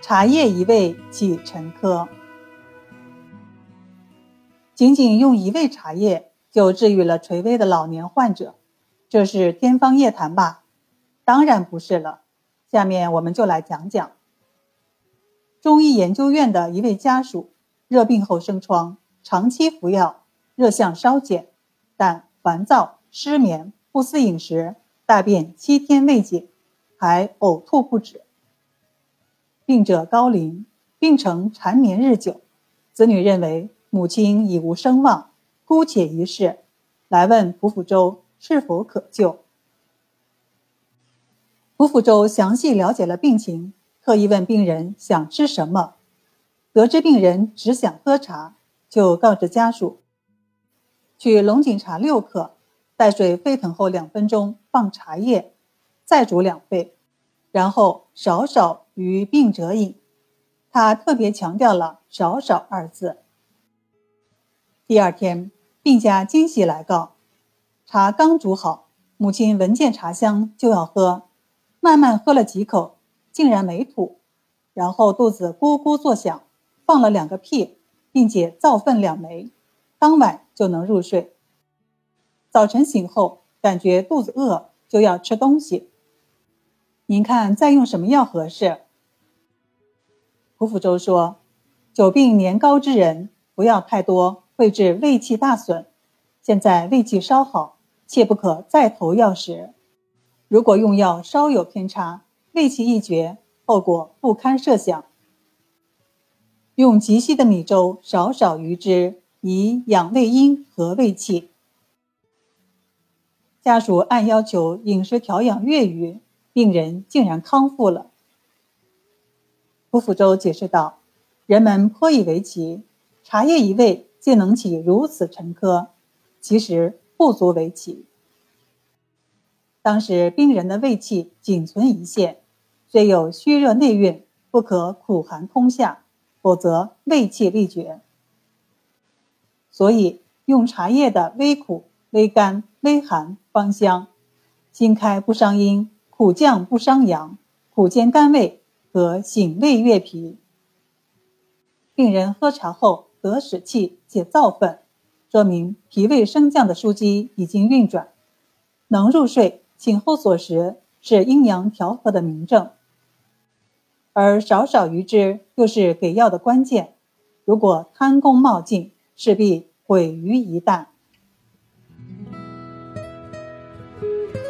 茶叶一味起沉疴。仅仅用一味茶叶就治愈了垂危的老年患者，这是天方夜谭吧？当然不是了。下面我们就来讲讲。中医研究院的一位家属，热病后生疮，长期服药，热象稍减，但烦躁、失眠、不思饮食，大便7天未解，还呕吐不止。病者高龄，病程缠绵日久，子女认为母亲已无声望，姑且一试，来问蒲福周是否可救。蒲福周详细了解了病情，特意问病人想吃什么，得知病人只想喝茶，就告知家属，取龙井茶6克，待水沸腾后2分钟放茶叶，再煮2沸，然后少少与病者饮。他特别强调了少少2字。第二天，病家惊喜来告，茶刚煮好，母亲闻见茶香就要喝，慢慢喝了几口，竟然没吐，然后肚子咕咕作响，放了2个屁，并且造粪2枚，当晚就能入睡。早晨醒后，感觉肚子饿，就要吃东西。您看再用什么药合适？蒲福周说，久病年高之人不要太多，会致胃气大损。现在胃气稍好，切不可再投药食。如果用药稍有偏差，胃气一绝，后果不堪设想。用极稀的米粥少少鱼汁，以养胃阴和胃气。家属按要求饮食调养月余，病人竟然康复了。蒲福周解释道，人们颇以为奇，茶叶一味竟能起如此沉疴，其实不足为奇。当时病人的胃气仅存一线，虽有虚热内蕴，不可苦寒通下，否则胃气力绝。所以用茶叶的微苦、微甘、微寒方香，辛开不伤阴，苦降不伤阳，苦兼甘味，可醒胃悦脾。病人喝茶后得使气且造粪，说明脾胃升降的枢机已经运转，能入睡，寝后所食是阴阳调和的明证。而少少鱼汁又是给药的关键，如果贪功冒进，势必毁于一旦。